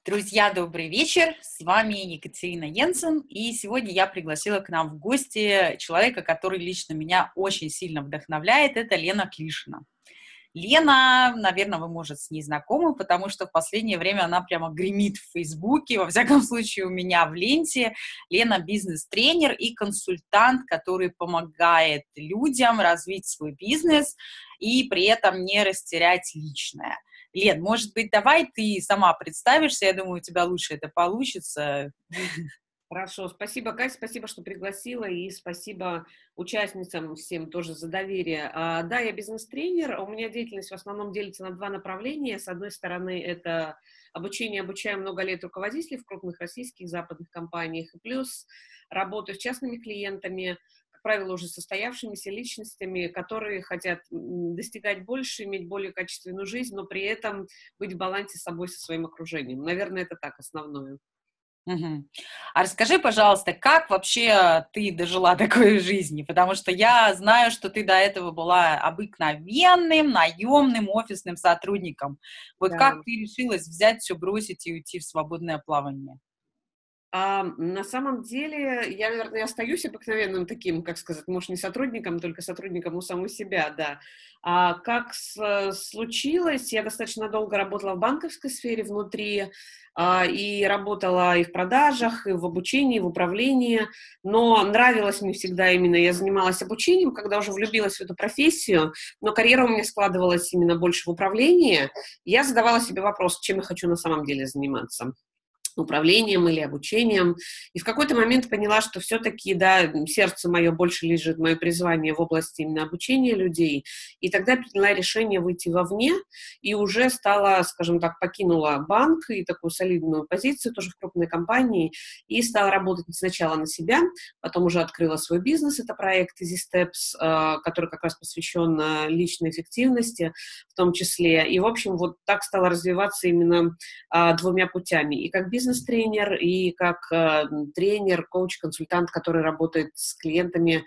Друзья, добрый вечер! С вами Екатерина Йенсен, и сегодня я пригласила к нам в гости человека, который лично меня очень сильно вдохновляет. Это Лена Клишина. Лена, наверное, вы, может, с ней знакомы, потому что в последнее время она прямо гремит в Фейсбуке, во всяком случае у меня в ленте. Лена бизнес-тренер и консультант, который помогает людям развить свой бизнес и при этом не растерять личное. Лен, может быть, давай ты сама представишься, я думаю, у тебя лучше это получится. Хорошо, спасибо, Катя, спасибо, что пригласила, и спасибо участницам всем тоже за доверие. Да, я бизнес-тренер, у меня деятельность в основном делится на два направления. С одной стороны, это обучение, обучаю много лет руководителей в крупных российских западных компаниях, и плюс работаю с частными клиентами, как правило, уже состоявшимися личностями, которые хотят достигать больше, иметь более качественную жизнь, но при этом быть в балансе с собой, со своим окружением. Наверное, это так, основное. Мгм. А расскажи, пожалуйста, как вообще ты дожила такой жизни? Потому что я знаю, что ты до этого была обыкновенным, наемным офисным сотрудником. Вот как Да. ты решилась взять все, бросить и уйти в свободное плавание? На самом деле, я, наверное, остаюсь обыкновенным таким, как сказать, может, не сотрудником, только сотрудником у самой себя, да. Случилось, я достаточно долго работала в банковской сфере внутри, и работала и в продажах, и в обучении, и в управлении, но нравилось мне всегда именно, я занималась обучением, когда уже влюбилась в эту профессию, но карьера у меня складывалась именно больше в управлении, я задавала себе вопрос, чем я хочу на самом деле заниматься, управлением или обучением. И в какой-то момент поняла, что все-таки, да, сердце мое больше лежит, мое призвание в области именно обучения людей. И тогда приняла решение выйти вовне и уже стала, скажем так, покинула банк и такую солидную позицию тоже в крупной компании и стала работать сначала на себя, потом уже открыла свой бизнес, это проект Easy Steps, который как раз посвящен личной эффективности в том числе. И, в общем, вот так стала развиваться именно двумя путями. И как бизнес-тренер, и как тренер, коуч, консультант, который работает с клиентами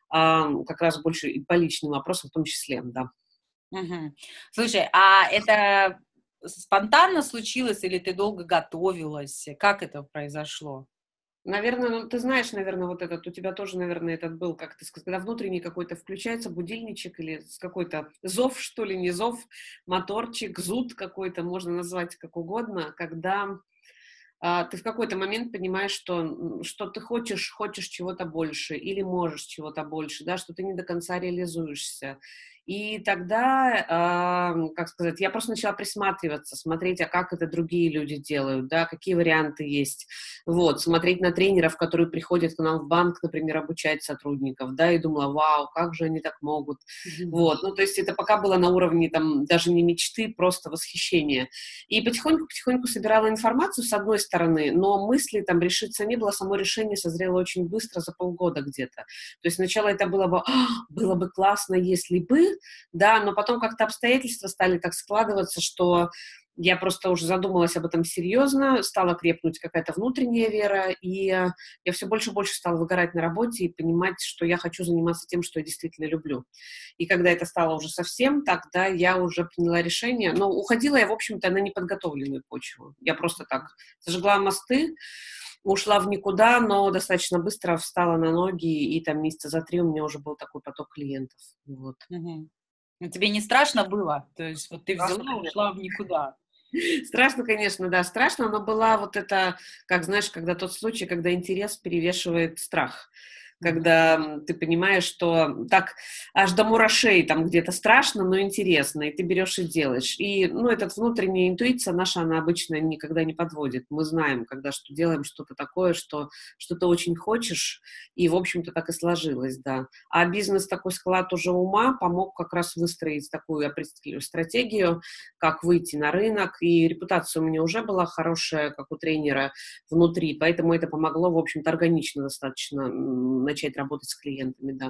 как раз больше и по личным вопросам в том числе, да. Мгм. Слушай, а это спонтанно случилось или ты долго готовилась? Как это произошло? Наверное, ну, ты знаешь, наверное, вот этот, у тебя тоже, наверное, этот был, как ты сказала, когда внутренний какой-то включается будильничек или какой-то зов, что ли, не зов, моторчик, зуд какой-то, можно назвать как угодно, когда ты в какой-то момент понимаешь, что ты хочешь чего-то больше или можешь чего-то больше, да, что ты не до конца реализуешься. И тогда, как сказать, я просто начала присматриваться, смотреть, а как это другие люди делают, да, какие варианты есть. Вот, смотреть на тренеров, которые приходят к нам в банк, например, обучать сотрудников, да, и думала, вау, как же они так могут. Мгм. Вот, ну, то есть это пока было на уровне, там, даже не мечты, просто восхищения. И потихоньку-потихоньку собирала информацию, с одной стороны, но мысли там решиться не было, само решение созрело очень быстро, за полгода где-то. То есть сначала это было бы классно, если бы, да, но потом как-то обстоятельства стали так складываться, что я просто уже задумалась об этом серьезно, стала крепнуть какая-то внутренняя вера, и я все больше и больше стала выгорать на работе и понимать, что я хочу заниматься тем, что я действительно люблю. И когда это стало уже совсем так, да, я уже приняла решение, но уходила я, в общем-то, на неподготовленную почву. Я просто так зажгла мосты, ушла в никуда, но достаточно быстро встала на ноги, и там месяца за 3 у меня уже был такой поток клиентов. Вот. Мгм. Ну, тебе не страшно было? То есть вот ты Страшно, взяла, конечно. ушла в никуда. Страшно, конечно, да, страшно, но была вот это, как знаешь, когда тот случай, когда интерес перевешивает страх. Мгм. Когда ты понимаешь, что так аж до мурашей там где-то страшно, но интересно, и ты берешь и делаешь. И, ну, эта внутренняя интуиция наша, она обычно никогда не подводит. Мы знаем, когда что делаем что-то такое, что ты очень хочешь, и, в общем-то, так и сложилось, да. А бизнес, такой склад уже ума помог как раз выстроить такую стратегию, как выйти на рынок, и репутация у меня уже была хорошая, как у тренера внутри, поэтому это помогло, в общем-то, органично достаточно начать работать с клиентами, да.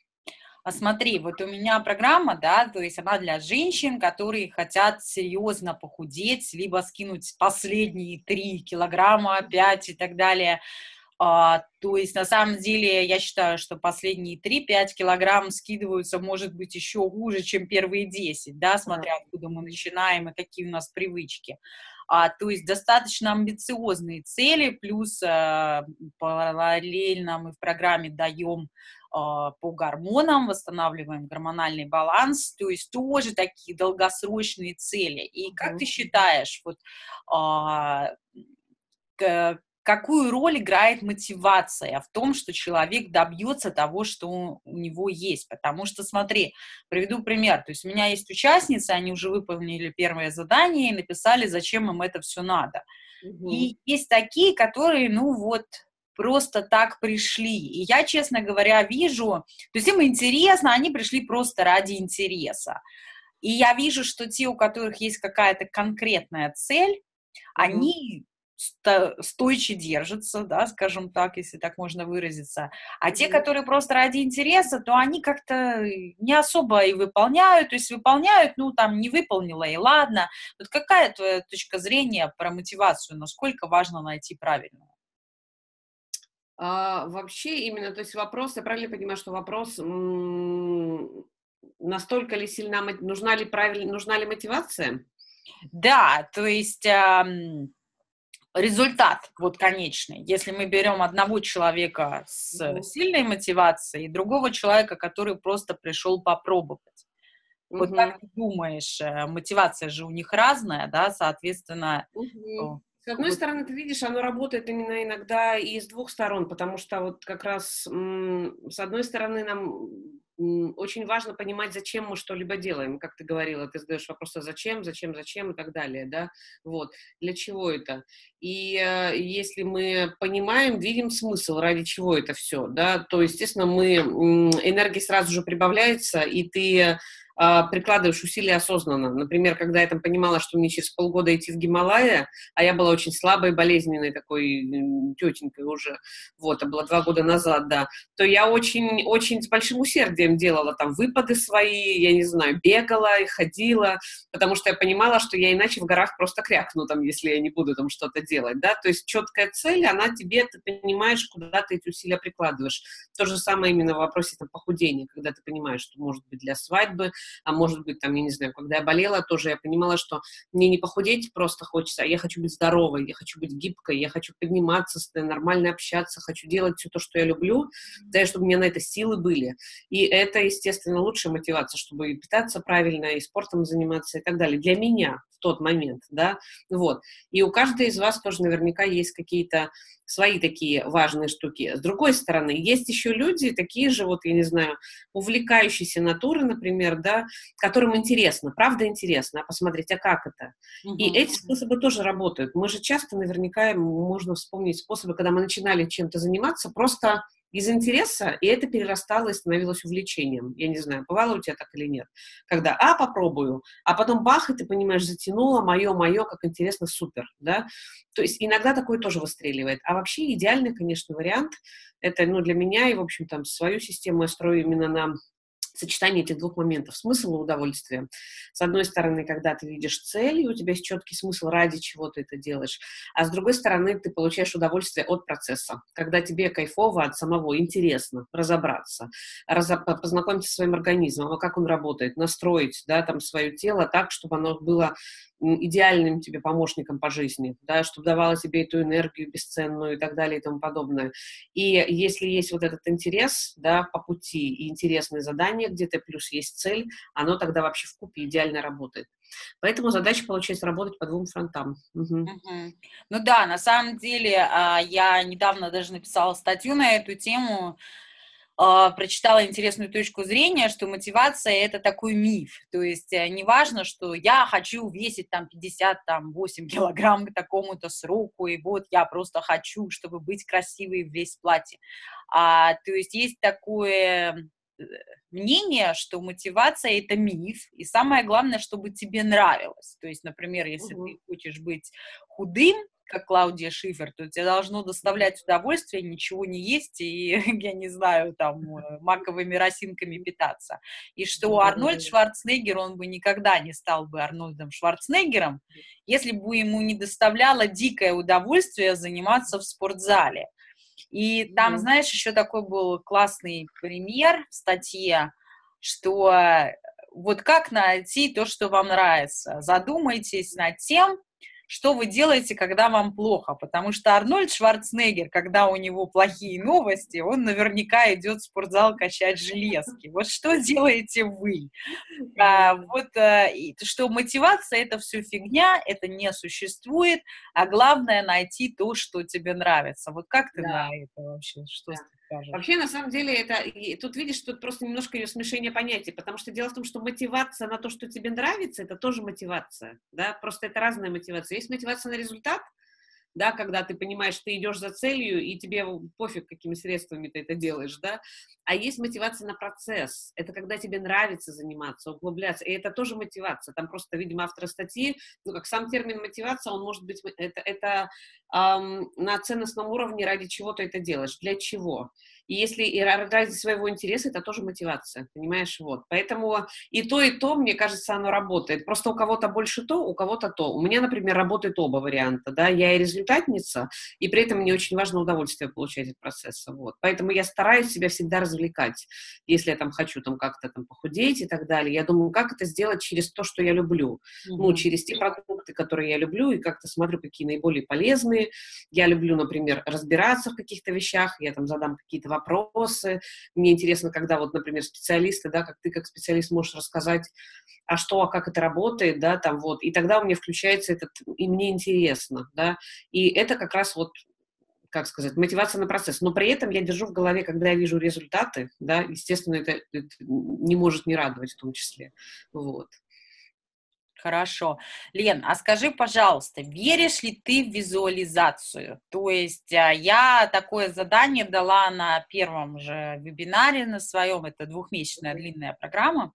А смотри, вот у меня программа, да, то есть она для женщин, которые хотят серьезно похудеть, либо скинуть последние 3 килограмма, 5 и так далее. То есть, на самом деле, я считаю, что последние 3-5 килограмм скидываются, может быть, еще хуже, чем первые 10, да, смотря откуда мы начинаем и какие у нас привычки. То есть, достаточно амбициозные цели, плюс параллельно мы в программе даем по гормонам, восстанавливаем гормональный баланс, то есть тоже такие долгосрочные цели. И как ты считаешь, вот какую роль играет мотивация в том, что человек добьется того, что у него есть? Потому что, смотри, приведу пример. То есть у меня есть участницы, они уже выполнили первое задание и написали, зачем им это все надо. И есть такие, которые, ну вот, просто так пришли. И я, честно говоря, вижу, то есть им интересно, они пришли просто ради интереса. И я вижу, что те, у которых есть какая-то конкретная цель, они стойче держатся, да, скажем так, если так можно выразиться. А те, которые просто ради интереса, то они как-то не особо и выполняют, то есть выполняют, ну, там, не выполнила, и ладно. Вот какая твоя точка зрения про мотивацию? Насколько важно найти правильную? Вообще именно, то есть вопрос, я правильно понимаю, что вопрос, настолько ли сильна, нужна ли мотивация? Да, то есть результат вот конечный. Если мы берем одного человека с сильной мотивацией и другого человека, который просто пришел попробовать. Вот как ты думаешь, мотивация же у них разная, да, соответственно. С одной стороны, ты видишь, оно работает именно иногда и с двух сторон, потому что вот как раз с одной стороны нам очень важно понимать, зачем мы что-либо делаем. Как ты говорила, ты задаешь вопрос, а зачем и так далее, да, вот, для чего это. И если мы понимаем, видим смысл, ради чего это все, да, то, естественно, энергия сразу же прибавляется, и ты прикладываешь усилия осознанно. Например, когда я там понимала, что мне через полгода идти в Гималая, а я была очень слабой, болезненной такой тетенькой уже, вот, это было 2 года назад, да, то я очень с большим усердием делала там выпады свои, я не знаю, бегала и ходила, потому что я понимала, что я иначе в горах просто крякну там, если я не буду там что-то делать, да, то есть четкая цель, она тебе, ты понимаешь, куда ты эти усилия прикладываешь. То же самое именно в вопросе там похудения, когда ты понимаешь, что может быть для свадьбы, а может быть, там, я не знаю, когда я болела, тоже я понимала, что мне не похудеть просто хочется, а я хочу быть здоровой, я хочу быть гибкой, я хочу подниматься, нормально общаться, хочу делать все то, что я люблю, да, и чтобы у меня на это силы были. И это, естественно, лучшая мотивация, чтобы и питаться правильно, и спортом заниматься и так далее. Для меня в тот момент, да, вот. И у каждой из вас тоже наверняка есть какие-то свои такие важные штуки. С другой стороны, есть еще люди, такие же, вот, я не знаю, увлекающиеся натуры, например, да, которым интересно, правда интересно, а посмотреть, а как это? И эти способы тоже работают. Мы же часто, наверняка, можно вспомнить способы, когда мы начинали чем-то заниматься, просто из интереса, и это перерастало и становилось увлечением. Я не знаю, бывало у тебя так или нет. Когда, попробую, а потом бах, и ты понимаешь, затянуло, мое, как интересно, супер, да. То есть иногда такое тоже выстреливает. А вообще идеальный, конечно, вариант, это, ну, для меня, и, в общем, там, свою систему я строю именно на сочетание этих двух моментов, смысл и удовольствие. С одной стороны, когда ты видишь цель, и у тебя есть четкий смысл, ради чего ты это делаешь, а с другой стороны, ты получаешь удовольствие от процесса, когда тебе кайфово от самого, интересно разобраться, познакомиться со своим организмом, а как он работает, настроить, да, там, свое тело так, чтобы оно было идеальным тебе помощником по жизни, да, чтобы давало тебе эту энергию бесценную и так далее и тому подобное. И если есть вот этот интерес, да, по пути и интересные задания где-то, плюс есть цель, оно тогда вообще вкупе идеально работает. Поэтому задача получается работать по 2 фронтам. Ну да, на самом деле, я недавно даже написала статью на эту тему, прочитала интересную точку зрения, что мотивация – это такой миф. То есть не важно, что я хочу весить там 58 килограмм к такому-то сроку, и вот я просто хочу, чтобы быть красивой весь в платье. То есть есть такое мнение, что мотивация – это миф, и самое главное, чтобы тебе нравилось. То есть, например, если ты хочешь быть худым, как Клаудия Шифер, то тебе должно доставлять удовольствие ничего не есть и, я не знаю, там, маковыми росинками питаться. И что Арнольд Шварценеггер, он бы никогда не стал бы Арнольдом Шварценеггером, если бы ему не доставляло дикое удовольствие заниматься в спортзале. И там, знаешь, еще такой был классный пример в статье, что вот как найти то, что вам нравится. Задумайтесь над тем, что вы делаете, когда вам плохо, потому что Арнольд Шварценеггер, когда у него плохие новости, он наверняка идет в спортзал качать железки. Вот что делаете вы? Что мотивация — это все фигня, это не существует, а главное — найти то, что тебе нравится. Вот как ты на это вообще, что скажешь? Вообще, на самом деле, тут видишь, тут просто немножко ее смешение понятий, потому что дело в том, что мотивация на то, что тебе нравится, это тоже мотивация, да, просто это разная мотивация. Есть мотивация на результат, да, когда ты понимаешь, ты идешь за целью, и тебе пофиг, какими средствами ты это делаешь, да, а есть мотивация на процесс, это когда тебе нравится заниматься, углубляться, и это тоже мотивация, там просто, видимо, автор статьи, ну, как сам термин мотивация, он может быть, на ценностном уровне, ради чего ты это делаешь, для чего, и если и ради своего интереса, это тоже мотивация, понимаешь, вот, поэтому и то, мне кажется, оно работает, просто у кого-то больше то, у кого-то то, у меня, например, работает оба варианта, да, я и результатница, и при этом мне очень важно удовольствие получать от процесса, вот, поэтому я стараюсь себя всегда развлекать, если я там хочу там как-то там похудеть и так далее, я думаю, как это сделать через то, что я люблю, ну, через те продукты, которые я люблю, и как-то смотрю, какие наиболее полезные, я люблю, например, разбираться в каких-то вещах, я там задам какие-то вопросы, мне интересно, когда вот, например, специалисты, да, как ты как специалист можешь рассказать, а как это работает, да, там вот, и тогда у меня включается и мне интересно, да, и это как раз вот, как сказать, мотивация на процесс, но при этом я держу в голове, когда я вижу результаты, да, естественно, это не может не радовать в том числе, вот. Хорошо. Лен, а скажи, пожалуйста, веришь ли ты в визуализацию? То есть я такое задание дала на первом же вебинаре на своем, это двухмесячная длинная программа,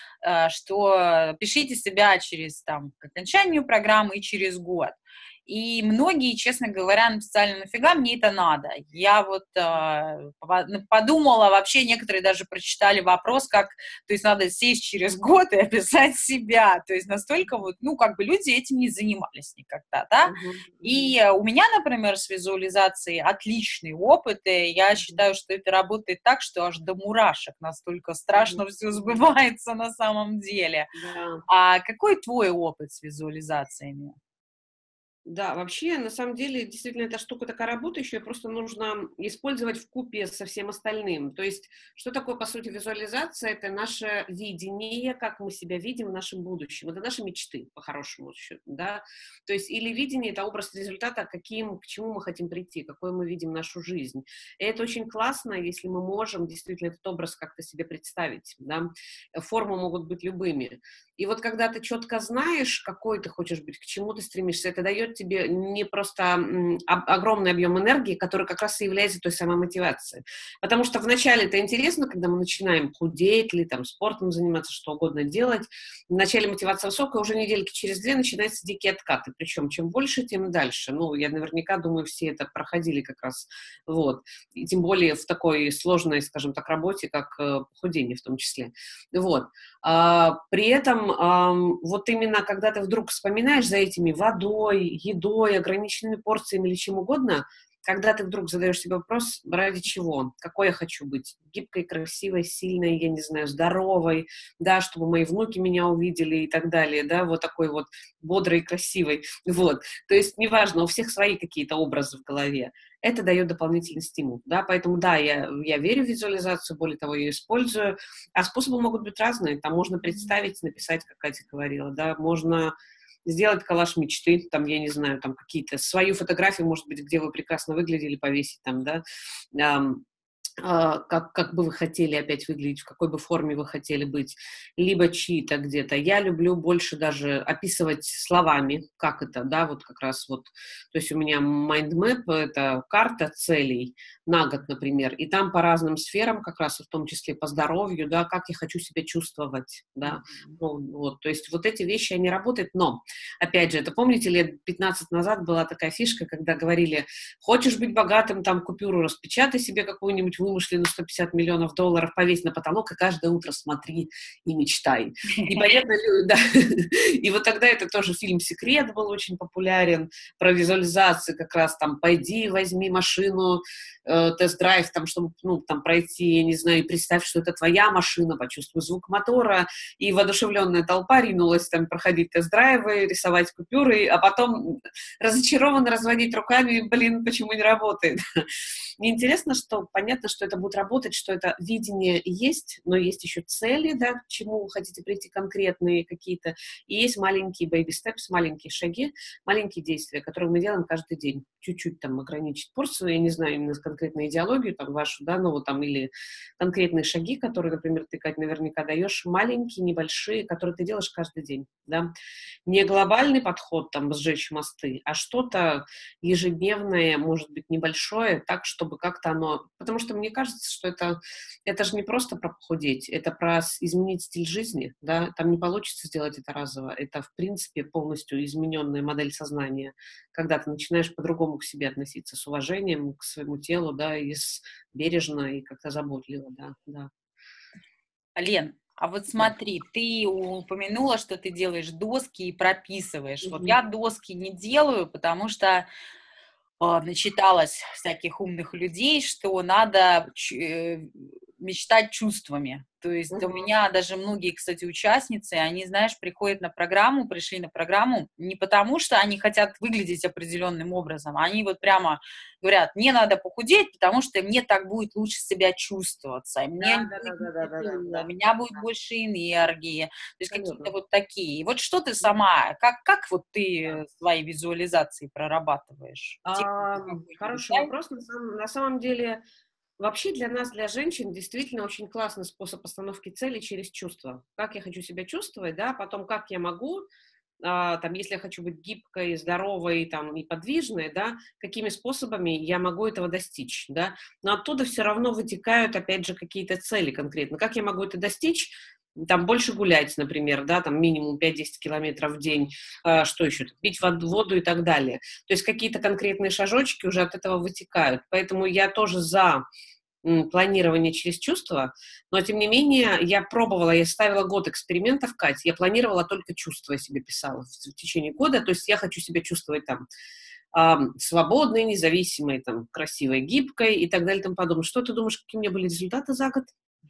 что пишите себя к окончанию программы и через год. И многие, честно говоря, написали, нафига мне это надо? Я вот подумала, вообще некоторые даже прочитали вопрос, то есть надо сесть через год и описать себя. То есть настолько вот, люди этим не занимались никогда, да? И у меня, например, с визуализацией отличный опыт, и я считаю, что это работает так, что аж до мурашек, настолько страшно все сбывается на самом деле. А какой твой опыт с визуализациями? Да, вообще, на самом деле, действительно, эта штука такая работающая, просто нужно использовать вкупе со всем остальным. То есть, что такое, по сути, визуализация? Это наше видение, как мы себя видим в нашем будущем. Это наши мечты, по-хорошему счету, да. То есть, или видение — это образ результата, к чему мы хотим прийти, какой мы видим нашу жизнь. И это очень классно, если мы можем действительно этот образ как-то себе представить, да. Формы могут быть любыми. И вот когда ты четко знаешь, какой ты хочешь быть, к чему ты стремишься, это дает тебе не просто огромный объем энергии, который как раз и является той самой мотивацией. Потому что вначале это интересно, когда мы начинаем худеть или там спортом заниматься, что угодно делать. Вначале мотивация высокая, уже недельки через 2 начинаются дикие откаты. Причем чем больше, тем дальше. Ну, я наверняка думаю, все это проходили как раз. Вот. И тем более в такой сложной, скажем так, работе, как похудение в том числе. Вот. При этом вот именно когда ты вдруг вспоминаешь за этими водой, едой, ограниченными порциями или чем угодно, когда ты вдруг задаешь себе вопрос, ради чего, какой я хочу быть, гибкой, красивой, сильной, я не знаю, здоровой, да, чтобы мои внуки меня увидели и так далее, да, вот такой вот бодрой, красивой, вот, то есть неважно, у всех свои какие-то образы в голове, это дает дополнительный стимул, да, поэтому, да, я верю в визуализацию, более того, я ее использую, а способы могут быть разные, там можно представить, написать, как Катя говорила, да, можно сделать коллаж мечты, там, я не знаю, там, какие-то, свою фотографию, может быть, где вы прекрасно выглядели, повесить там, да, как бы вы хотели опять выглядеть, в какой бы форме вы хотели быть, либо чьи-то где-то. Я люблю больше даже описывать словами, как это, да, вот как раз вот, то есть у меня mind map — это карта целей на год, например, и там по разным сферам, как раз в том числе по здоровью, да, как я хочу себя чувствовать, да, ну, вот, то есть вот эти вещи, они работают, но, опять же, это помните, лет 15 назад была такая фишка, когда говорили, хочешь быть богатым, там, купюру распечатай себе какую-нибудь, вымышленную 150 миллионов долларов, повесь на потолок и каждое утро смотри и мечтай. И понятно, да. И вот тогда это тоже фильм «Секрет» был очень популярен, про визуализации как раз там «Пойди, возьми машину, тест-драйв, там, чтобы, ну, там, пройти, я не знаю, и представь, что это твоя машина, почувствуй звук мотора», и воодушевленная толпа ринулась там проходить тест-драйвы, рисовать купюры, а потом разочарованно разводить руками, блин, почему не работает. Мне интересно, что понятно, что это будет работать, что это видение есть, но есть еще цели, да, к чему вы хотите прийти конкретные какие-то, и есть маленькие baby steps, маленькие шаги, маленькие действия, которые мы делаем каждый день. Чуть-чуть там ограничить порцию, я не знаю, именно конкретную идеологию там вашу, да, ну вот там, или конкретные шаги, которые, например, ты, Кать, наверняка даешь, маленькие, небольшие, которые ты делаешь каждый день, да. Не глобальный подход, там, сжечь мосты, а что-то ежедневное, может быть, небольшое, так, чтобы как-то оно... Потому что мне кажется, что это же не просто про похудеть, это про изменить стиль жизни, да, там не получится сделать это разово, это, в принципе, полностью измененная модель сознания, когда ты начинаешь по-другому к себе относиться, с уважением к своему телу, да, и бережно, и как-то заботливо, да, да. Лен, а вот смотри, ты упомянула, что ты делаешь доски и прописываешь. Вот я доски не делаю, потому что начиталась всяких умных людей, что надо мечтать чувствами. То есть у меня даже многие, кстати, участницы, они, знаешь, пришли на программу не потому, что они хотят выглядеть определенным образом, они вот прямо говорят, мне надо похудеть, потому что мне так будет лучше себя чувствоваться, у меня будет больше энергии, то есть какие-то вот такие. И вот что ты сама, как вот ты свои визуализации прорабатываешь? Хороший вопрос. На самом деле, вообще для нас, для женщин, действительно очень классный способ постановки цели через чувства. Как я хочу себя чувствовать, да, потом как я могу, там, если я хочу быть гибкой, здоровой, там, и подвижной, да, какими способами я могу этого достичь, да. Но оттуда все равно вытекают, опять же, какие-то цели конкретно. Как я могу это достичь? Там больше гулять, например, да, там минимум 5-10 километров в день, что еще, пить воду и так далее. То есть какие-то конкретные шажочки уже от этого вытекают. Поэтому я тоже за планирование через чувства, но, тем не менее, я пробовала, я ставила год экспериментов, Кать, я планировала только чувства, я себе писала в течение года, то есть я хочу себя чувствовать там свободной, независимой, там, красивой, гибкой и так далее и тому подобное. Что ты думаешь, какие у меня были результаты за год?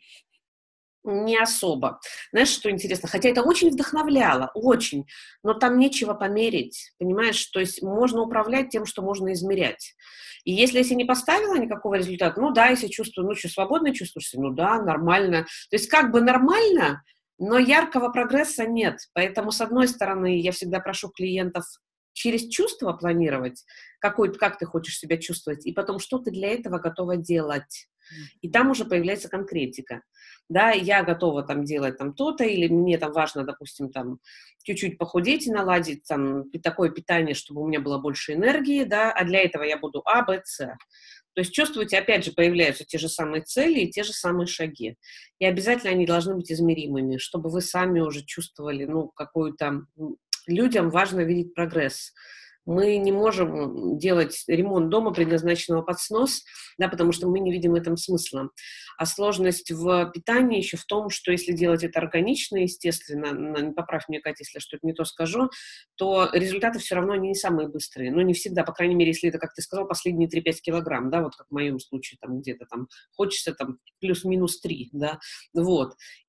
Не особо. Знаешь, что интересно? Хотя это очень вдохновляло, очень, но там нечего померить, понимаешь? То есть можно управлять тем, что можно измерять. И если я себе не поставила никакого результата, ну да, если чувствую, ну что, свободно чувствуешься? Ну да, нормально. То есть как бы нормально, но яркого прогресса нет. Поэтому, с одной стороны, я всегда прошу клиентов через чувства планировать, как ты хочешь себя чувствовать, и потом, что ты для этого готова делать. И там уже появляется конкретика. Да, я готова там делать там то-то, или мне там важно, допустим, там чуть-чуть похудеть и наладить там такое питание, чтобы у меня было больше энергии, да, а для этого я буду А, Б, С. То есть, чувствуете, опять же, появляются те же самые цели и те же самые шаги. И обязательно они должны быть измеримыми, чтобы вы сами уже чувствовали, ну, какую-то... Людям важно видеть прогресс. Мы не можем делать ремонт дома, предназначенного под снос, да, потому что мы не видим в этом смысла. А сложность в питании еще в том, что если делать это органично, естественно, поправь меня, Катя, если что-то не то скажу, то результаты все равно не самые быстрые. Но не всегда, по крайней мере, если это, как ты сказал, последние 3-5 килограмм, да, вот как в моем случае, там где-то там хочется там плюс-минус 3, да, вот.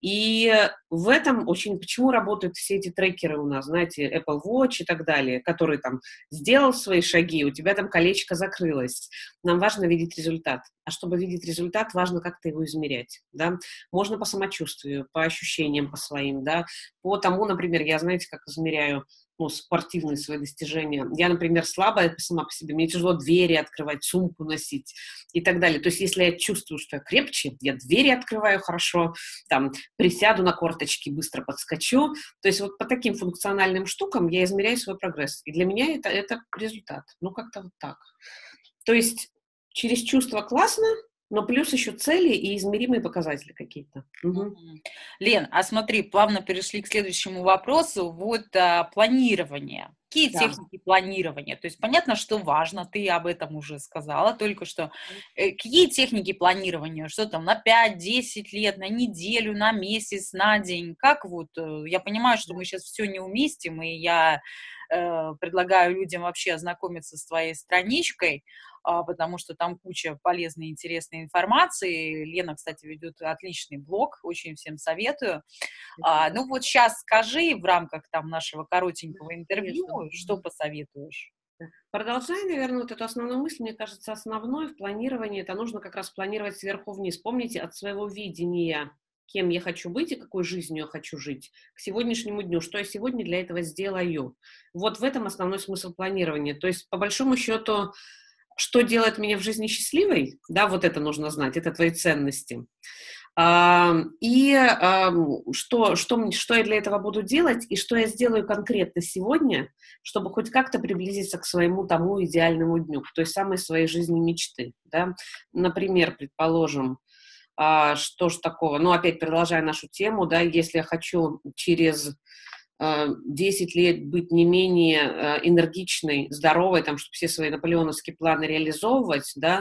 И в этом очень, почему работают все эти трекеры у нас, знаете, Apple Watch и так далее, которые там сделал свои шаги, у тебя там колечко закрылось. Нам важно видеть результат. А чтобы видеть результат, важно как-то его измерять, да. Можно по самочувствию, по ощущениям по своим, да. По тому, например, я, знаете, как измеряю, ну, спортивные свои достижения. Я, например, слабая сама по себе, мне тяжело двери открывать, сумку носить и так далее. То есть, если я чувствую, что я крепче, я двери открываю хорошо, там, присяду на корточки, быстро подскочу. То есть, вот по таким функциональным штукам я измеряю свой прогресс. И для меня это результат. Ну, как-то вот так. То есть, через чувства классно, но плюс еще цели и измеримые показатели какие-то. Угу. Лен, а смотри, плавно перешли к следующему вопросу. Вот планирование. какие Да. техники планирования? То есть понятно, что важно, ты об этом уже сказала только что. Какие техники планирования? Что там на 5-10 лет, на неделю, на месяц, на день? Как вот? Я понимаю, что мы сейчас все не уместим, и я предлагаю людям вообще ознакомиться с твоей страничкой, потому что там куча полезной и интересной информации. Лена, кстати, ведет отличный блог, очень всем советую. Ну вот сейчас скажи в рамках там нашего коротенького интервью, Конечно. что посоветуешь? Продолжая, наверное, вот эту основную мысль, мне кажется, основной в планировании, это нужно как раз планировать сверху вниз. Помните, от своего видения, кем я хочу быть и какой жизнью я хочу жить, к сегодняшнему дню, что я сегодня для этого сделаю. Вот в этом основной смысл планирования. То есть, по большому счету, что делает меня в жизни счастливой, да, вот это нужно знать, это твои ценности. Что я для этого буду делать, и что я сделаю конкретно сегодня, чтобы хоть как-то приблизиться к своему тому идеальному дню, к той самой своей жизни мечты, да. Например, предположим, что ж такого, ну, опять продолжая нашу тему, да, если я хочу через 10 лет быть не менее энергичной, здоровой, там, чтобы все свои наполеоновские планы реализовывать, да,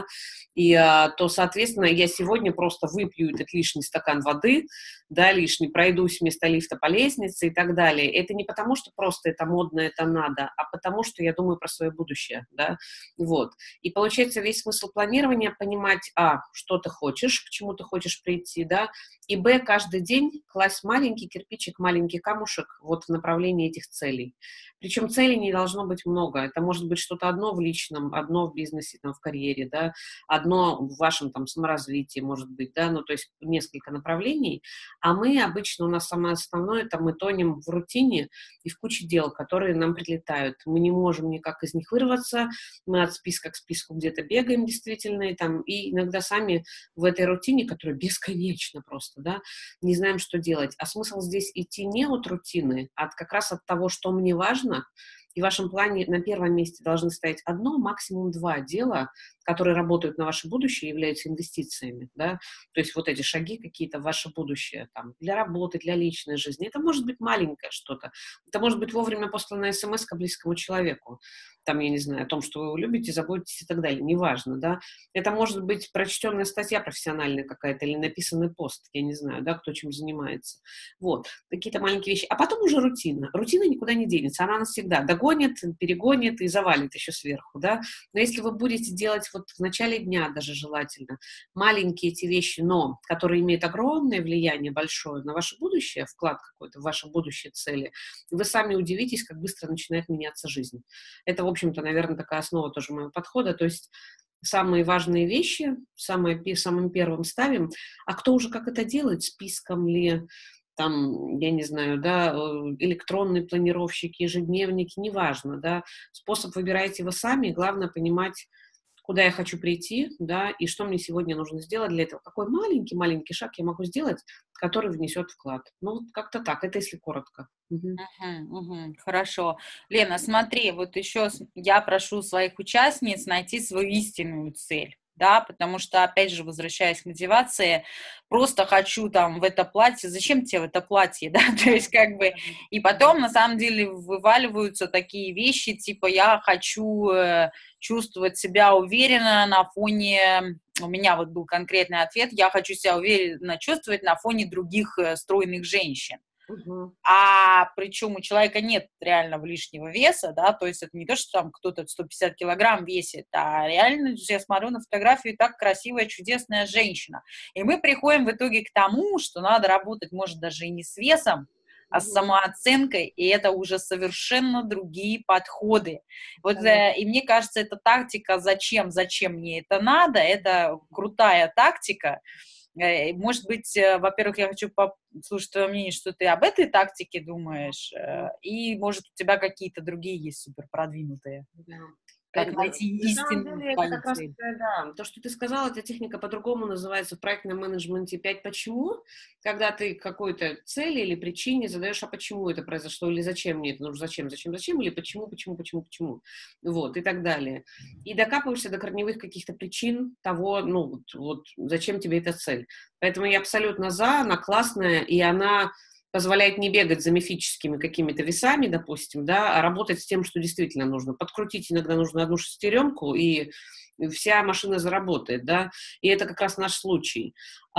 то, соответственно, я сегодня просто выпью этот лишний стакан воды, да, лишний, пройдусь вместо лифта по лестнице и так далее. Это не потому, что просто это модно, это надо, а потому, что я думаю про свое будущее, да, вот. И получается весь смысл планирования понимать, что ты хочешь, к чему ты хочешь прийти, да, и, каждый день класть маленький кирпичик, маленький камушек вот в направлении этих целей. Причем целей не должно быть много. Это может быть что-то одно в личном, одно в бизнесе, там, в карьере, да, одно в вашем там саморазвитии, может быть, да, ну, то есть несколько направлений. А мы обычно, у нас самое основное, это мы тонем в рутине и в куче дел, которые нам прилетают. Мы не можем никак из них вырваться, мы от списка к списку где-то бегаем действительно, и, там, и иногда сами в этой рутине, которая бесконечна просто, да, не знаем, что делать. А смысл здесь идти не от рутины, а как раз от того, что мне важно. И в вашем плане на первом месте должны стоять одно, максимум два дела, которые работают на ваше будущее и являются инвестициями, да, то есть вот эти шаги какие-то в ваше будущее, там, для работы, для личной жизни. Это может быть маленькое что-то, это может быть вовремя посланная смс к близкому человеку, там, я не знаю, о том, что вы его любите, заботитесь и так далее, неважно, да. Это может быть прочтенная статья профессиональная какая-то или написанный пост, я не знаю, да, кто чем занимается. Вот, какие-то маленькие вещи. А потом уже рутина. Рутина никуда не денется, она нас всегда догонит, перегонит и завалит еще сверху, да. Но если вы будете делать вот в начале дня даже желательно маленькие эти вещи, но которые имеют огромное влияние большое на ваше будущее, вклад какой-то в ваши будущие цели, вы сами удивитесь, как быстро начинает меняться жизнь. Это, в общем-то, наверное, такая основа тоже моего подхода. То есть самые важные вещи самым первым ставим, а кто уже как это делает, списком ли, там, я не знаю, да, электронные планировщики, ежедневники, неважно, да, способ выбираете вы сами, главное понимать, куда я хочу прийти, да, и что мне сегодня нужно сделать для этого, какой маленький-маленький шаг я могу сделать, который внесет вклад. Ну, вот как-то так, это если коротко. Мгм. Хорошо. Лена, смотри, вот еще я прошу своих участниц найти свою истинную цель. Да, потому что, опять же, возвращаясь к мотивации, просто хочу там в это платье, зачем тебе в это платье, да, то есть как бы, и потом на самом деле вываливаются такие вещи, типа я хочу чувствовать себя уверенно на фоне, у меня вот был конкретный ответ, я хочу себя уверенно чувствовать на фоне других стройных женщин. Мгм. А причем у человека нет реального лишнего веса, да, то есть это не то, что там кто-то 150 килограмм весит, а реально я смотрю на фотографию, и так красивая, чудесная женщина. И мы приходим в итоге к тому, что надо работать, может, даже и не с весом, а с Мгм. самооценкой, и это уже совершенно другие подходы. Вот, Согласна. и мне кажется, эта тактика «зачем мне это надо», это крутая тактика. Может быть, во-первых, я хочу послушать твое мнение, что ты об этой тактике думаешь, и, может, у тебя какие-то другие есть супер продвинутые, Да. как найти На самом истинную деле, это свою как раз, цель. да, то, что ты сказала, эта техника по-другому называется в проектном менеджменте «5 почему», когда ты какой-то цели или причине задаешь, а почему это произошло, или зачем мне это нужно, зачем, или почему, вот, и так далее. И докапываешься до корневых каких-то причин того, ну, вот зачем тебе эта цель. Поэтому я абсолютно за, она классная, и она позволяет не бегать за мифическими какими-то весами, допустим, да, а работать с тем, что действительно нужно. Подкрутить иногда нужно одну шестеренку, и вся машина заработает, да, и это как раз наш случай.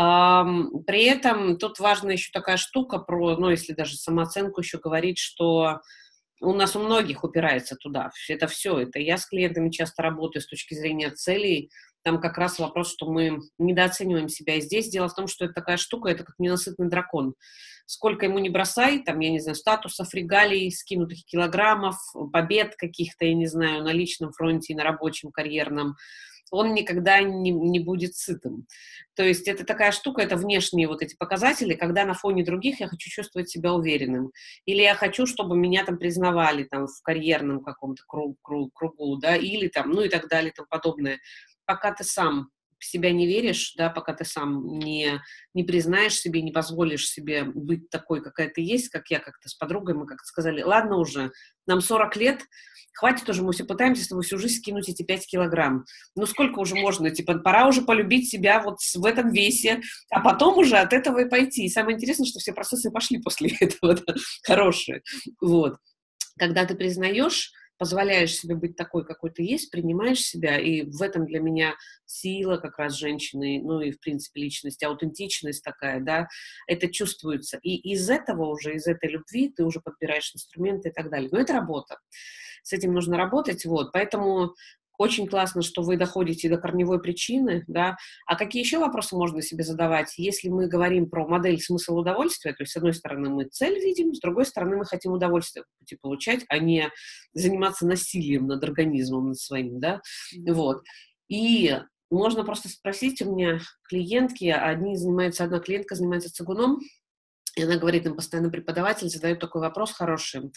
При этом тут важна еще такая штука про, ну, если даже самооценку еще говорить, что у нас у многих упирается туда. Это все. Это я с клиентами часто работаю с точки зрения целей. Там как раз вопрос, что мы недооцениваем себя. И здесь дело в том, что это такая штука, это как ненасытный дракон. Сколько ему не бросай, там, я не знаю, статусов, регалий, скинутых килограммов, побед каких-то, я не знаю, на личном фронте и на рабочем, карьерном, он никогда не будет сытым. То есть это такая штука, это внешние вот эти показатели, когда на фоне других я хочу чувствовать себя уверенным. Или я хочу, чтобы меня там признавали там в карьерном каком-то кругу, да, или там, ну и так далее, и тому подобное. Пока ты сам в себя не веришь, да, пока ты сам не признаешь себе, не позволишь себе быть такой, какая ты есть, как я как-то с подругой, мы как-то сказали, ладно уже, нам 40 лет, хватит уже, мы все пытаемся с тобой всю жизнь скинуть эти 5 килограмм. Ну, сколько уже можно? Типа, пора уже полюбить себя вот в этом весе, а потом уже от этого и пойти. И самое интересное, что все процессы пошли после этого, да, хорошие. Вот. Когда ты признаешь, позволяешь себе быть такой, какой ты есть, принимаешь себя, и в этом для меня сила как раз женщины, ну и, в принципе, личность, аутентичность такая, да, это чувствуется. И из этого уже, из этой любви ты уже подбираешь инструменты и так далее. Но это работа. С этим нужно работать, вот. Поэтому очень классно, что вы доходите до корневой причины, да. А какие еще вопросы можно себе задавать? Если мы говорим про модель смысл удовольствия, то есть, с одной стороны, мы цель видим, с другой стороны, мы хотим удовольствие получать, а не заниматься насилием над организмом, над своим, да. Вот. И можно просто спросить у меня клиентки, одна клиентка занимается цигуном, и она говорит, им постоянно преподаватель задает такой вопрос хороший.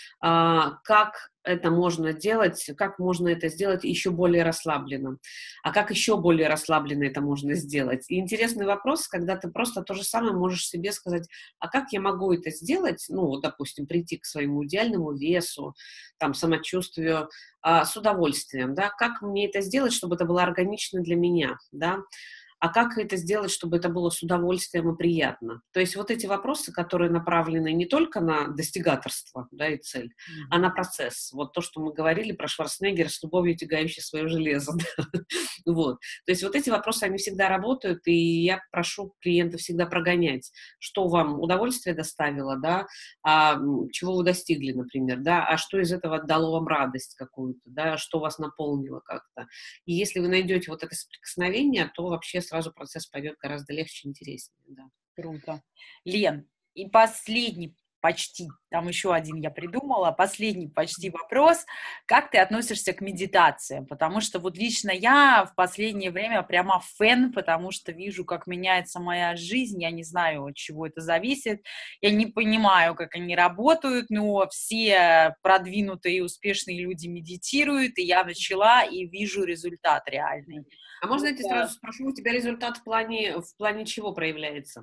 Как это можно делать, как можно это сделать еще более расслабленно? А как еще более расслабленно это можно сделать? И интересный вопрос, когда ты просто то же самое можешь себе сказать, а как я могу это сделать, ну, допустим, прийти к своему идеальному весу, там, самочувствию, с удовольствием, да? Как мне это сделать, чтобы это было органично для меня, да? А как это сделать, чтобы это было с удовольствием и приятно? То есть вот эти вопросы, которые направлены не только на достигаторство, да, и цель, а на процесс. Вот то, что мы говорили про Шварценеггера с любовью тягающий свое железо. Да? Вот. То есть вот эти вопросы, они всегда работают, и я прошу клиента всегда прогонять, что вам удовольствие доставило, да, чего вы достигли, например, да, а что из этого дало вам радость какую-то, да, что вас наполнило как-то. И если вы найдете вот это соприкосновение, то вообще сразу процесс пойдет гораздо легче и интереснее. Да. Круто. Лен, и последний почти, там еще один я придумала, последний почти вопрос. Как ты относишься к медитациям? Потому что вот лично я в последнее время прямо фэн, потому что вижу, как меняется моя жизнь. Я не знаю, от чего это зависит. Я не понимаю, как они работают, но все продвинутые и успешные люди медитируют, и я начала и вижу результат реальный. А можно я тебя сразу спрошу, у тебя результат в плане чего проявляется?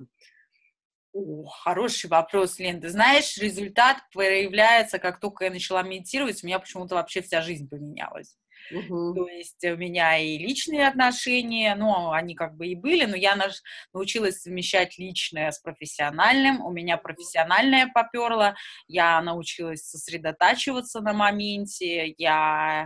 Хороший вопрос, Лен. Ты знаешь, результат проявляется, как только я начала медитировать, у меня почему-то вообще вся жизнь поменялась. То есть у меня и личные отношения, ну, они как бы и были, но я научилась совмещать личное с профессиональным, у меня профессиональное поперло, я научилась сосредотачиваться на моменте, я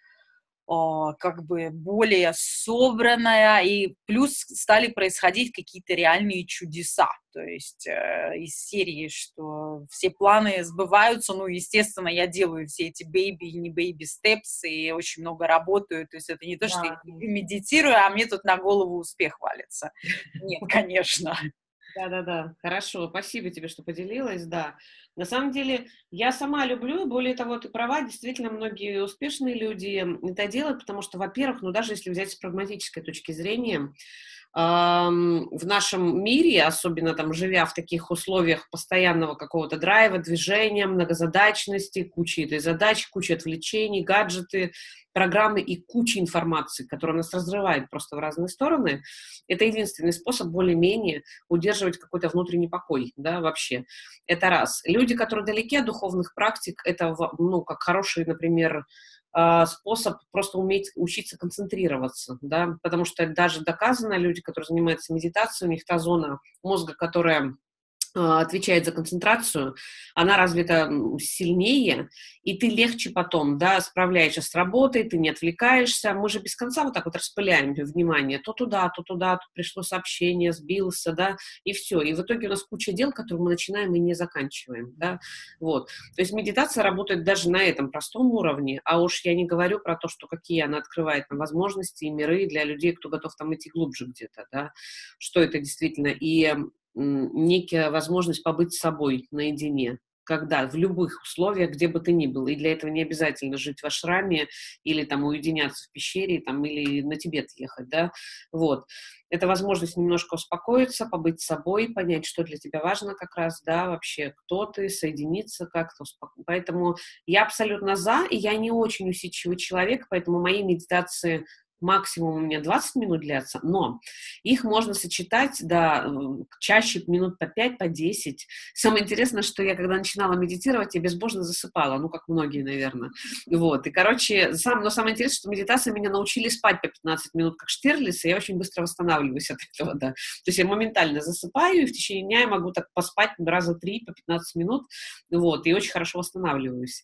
как бы более собранная, и плюс стали происходить какие-то реальные чудеса, то есть из серии, что все планы сбываются, ну, естественно, я делаю все эти baby и не baby steps, и очень много работаю, то есть это не то, что я медитирую, а мне тут на голову успех валится. Нет, конечно. Да-да-да, хорошо, спасибо тебе, что поделилась, да. На самом деле, я сама люблю, более того, ты права, действительно, многие успешные люди это делают, потому что, во-первых, ну, даже если взять с прагматической точки зрения, в нашем мире, особенно там живя в таких условиях постоянного какого-то драйва, движения, многозадачности, кучи этой задачи, куча отвлечений, гаджеты, программы и куча информации, которая нас разрывает просто в разные стороны, это единственный способ более-менее удерживать какой-то внутренний покой, да, вообще. Это раз. Люди, которые далеки от духовных практик, это, ну, как хороший, например, способ просто уметь учиться концентрироваться, да, потому что даже доказано, люди, которые занимаются медитацией, у них та зона мозга, которая отвечает за концентрацию, она развита сильнее, и ты легче потом, да, справляешься с работой, ты не отвлекаешься. Мы же без конца вот так вот распыляем внимание. То туда, то пришло сообщение, сбился, да, и все. И в итоге у нас куча дел, которые мы начинаем и не заканчиваем, да, вот. То есть медитация работает даже на этом простом уровне, а уж я не говорю про то, что какие она открывает нам возможности и миры для людей, кто готов там идти глубже где-то, да, что это действительно. И некая возможность побыть с собой наедине, когда, в любых условиях, где бы ты ни был. И для этого не обязательно жить в ашраме или там уединяться в пещере, там, или на Тибет ехать, да, вот. Это возможность немножко успокоиться, побыть с собой, понять, что для тебя важно как раз, да, вообще, кто ты, соединиться как-то. Поэтому я абсолютно за, и я не очень усидчивый человек, поэтому мои медитации максимум у меня 20 минут длятся, но их можно сочетать, да, чаще минут по 5, по 10. Самое интересное, что я, когда начинала медитировать, я безбожно засыпала, ну, как многие, наверное. Вот, и, короче, но самое интересное, что медитации меня научили спать по 15 минут, как Штирлиц, и я очень быстро восстанавливаюсь от этого, да. То есть я моментально засыпаю, и в течение дня я могу так поспать раза 3 по 15 минут, вот, и очень хорошо восстанавливаюсь.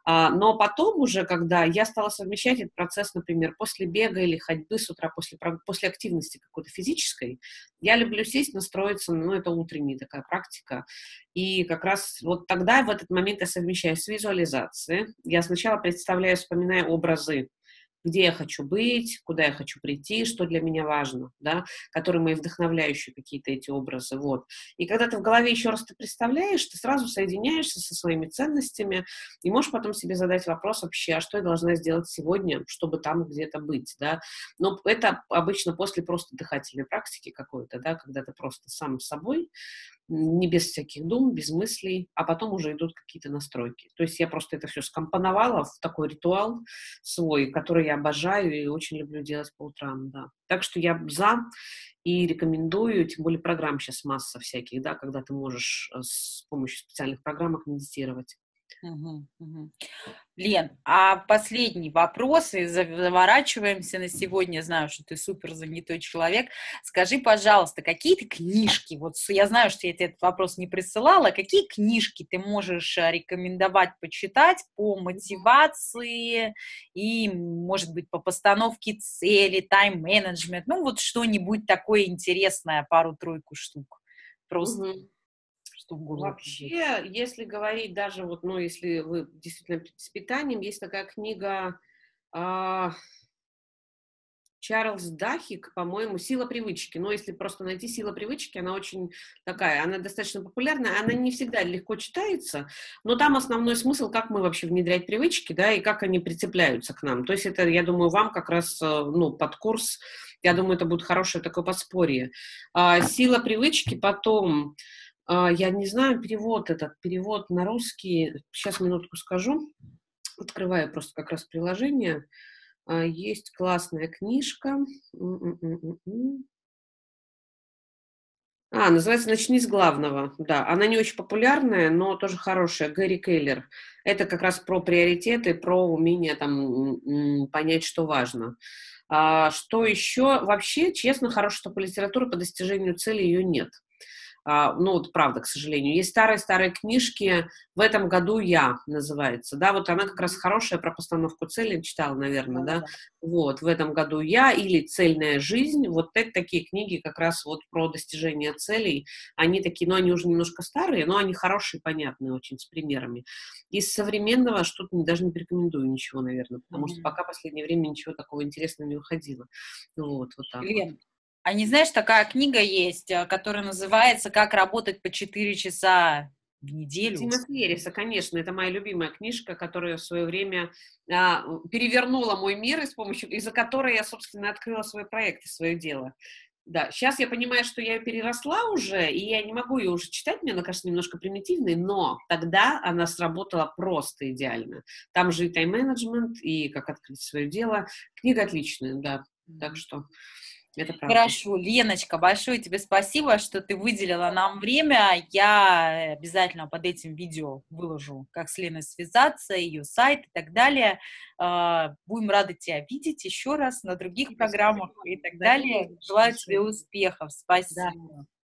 Но потом уже, когда я стала совмещать этот процесс, например, после бега или ходьбы с утра, после активности какой-то физической, я люблю сесть, настроиться, ну, это утренняя такая практика, и как раз вот тогда, в этот момент я совмещаю с визуализацией. Я сначала представляю, вспоминаю образы, где я хочу быть, куда я хочу прийти, что для меня важно, да, которые мои вдохновляющие какие-то эти образы, вот. И когда ты в голове еще раз ты представляешь, ты сразу соединяешься со своими ценностями и можешь потом себе задать вопрос вообще, а что я должна сделать сегодня, чтобы там где-то быть, да. Но это обычно после просто дыхательной практики какой-то, да, когда ты просто сам с собой, не без всяких дум, без мыслей, а потом уже идут какие-то настройки. То есть я просто это все скомпоновала в такой ритуал свой, который я обожаю и очень люблю делать по утрам, да. Так что я за и рекомендую, тем более программ сейчас масса всяких, да, когда ты можешь с помощью специальных программок медитировать. Мгм, мгм. Лен, а последний вопрос, и заворачиваемся на сегодня. Знаю, что ты супер занятой человек. Скажи, пожалуйста, какие ты книжки, вот я знаю, что я тебе этот вопрос не присылала, какие книжки ты можешь рекомендовать почитать по мотивации и, может быть, по постановке цели, тайм-менеджмент, ну вот что-нибудь такое интересное, пару-тройку штук, просто, Мгм. что в голову придет. Вообще, если говорить даже вот, ну, если вы действительно с питанием, есть такая книга а, Чарльз Дахик, по-моему, «Сила привычки». Но если просто найти «Сила привычки», она очень такая, она достаточно популярная, она не всегда легко читается, но там основной смысл, как мы вообще внедрять привычки, да, и как они прицепляются к нам. То есть это, я думаю, вам как раз, ну, под курс, я думаю, это будет хорошее такое подспорье. «Сила привычки», потом, я не знаю, перевод на русский, сейчас минутку скажу, открываю просто как раз приложение. Есть классная книжка. Называется «Начни с главного». Да, она не очень популярная, но тоже хорошая. Гэри Кейлер. Это как раз про приоритеты, про умение там понять, что важно. Что еще? Вообще, честно, хорошей такой литературы по достижению цели ее нет. Ну, вот правда, к сожалению. Есть старые-старые книжки «В этом году я» называется, да, вот она как раз хорошая про постановку цели, читала, наверное, да, Да-да-да. вот, «В этом году я» или «Цельная жизнь», вот это такие книги как раз вот про достижение целей, они такие, ну, они уже немножко старые, но они хорошие, понятные очень, с примерами. Из современного что-то даже не порекомендую ничего, наверное, потому что Мгм. пока в последнее время ничего такого интересного не выходило. Вот так вот. Лен, а не знаешь, такая книга есть, которая называется «Как работать по 4 часа в неделю». Тима Ферриса, конечно, это моя любимая книжка, которая в свое время перевернула мой мир, и из-за которой я, собственно, открыла свой проект и свое дело. Да, сейчас я понимаю, что я ее переросла уже, и я не могу ее уже читать, мне она кажется немножко примитивной, но тогда она сработала просто идеально. Там же и тайм-менеджмент, и как открыть свое дело. Книга отличная, да, так что это правда. Хорошо, Леночка, большое тебе спасибо, что ты выделила нам время. Я обязательно под этим видео выложу, как с Леной связаться, ее сайт и так далее. Будем рады тебя видеть еще раз на других Спасибо, программах и так далее. взаимно Желаю тебе большое. успехов. Да. Спасибо.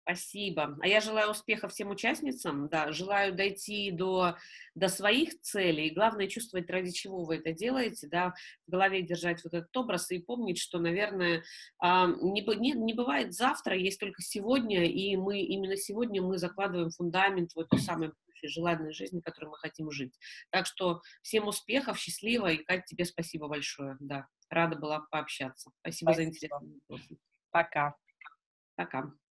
Спасибо. А я желаю успеха всем участницам, да, желаю дойти до своих целей. Главное чувствовать, ради чего вы это делаете, да, в голове держать вот этот образ и помнить, что, наверное, не бывает завтра, есть только сегодня, и именно сегодня мы закладываем фундамент в эту самую желанной жизни, которой мы хотим жить. Так что всем успехов, счастливо, и, Кать, тебе спасибо большое, да, рада была пообщаться. Спасибо за Спасибо. интересный вопрос. Пока. Пока.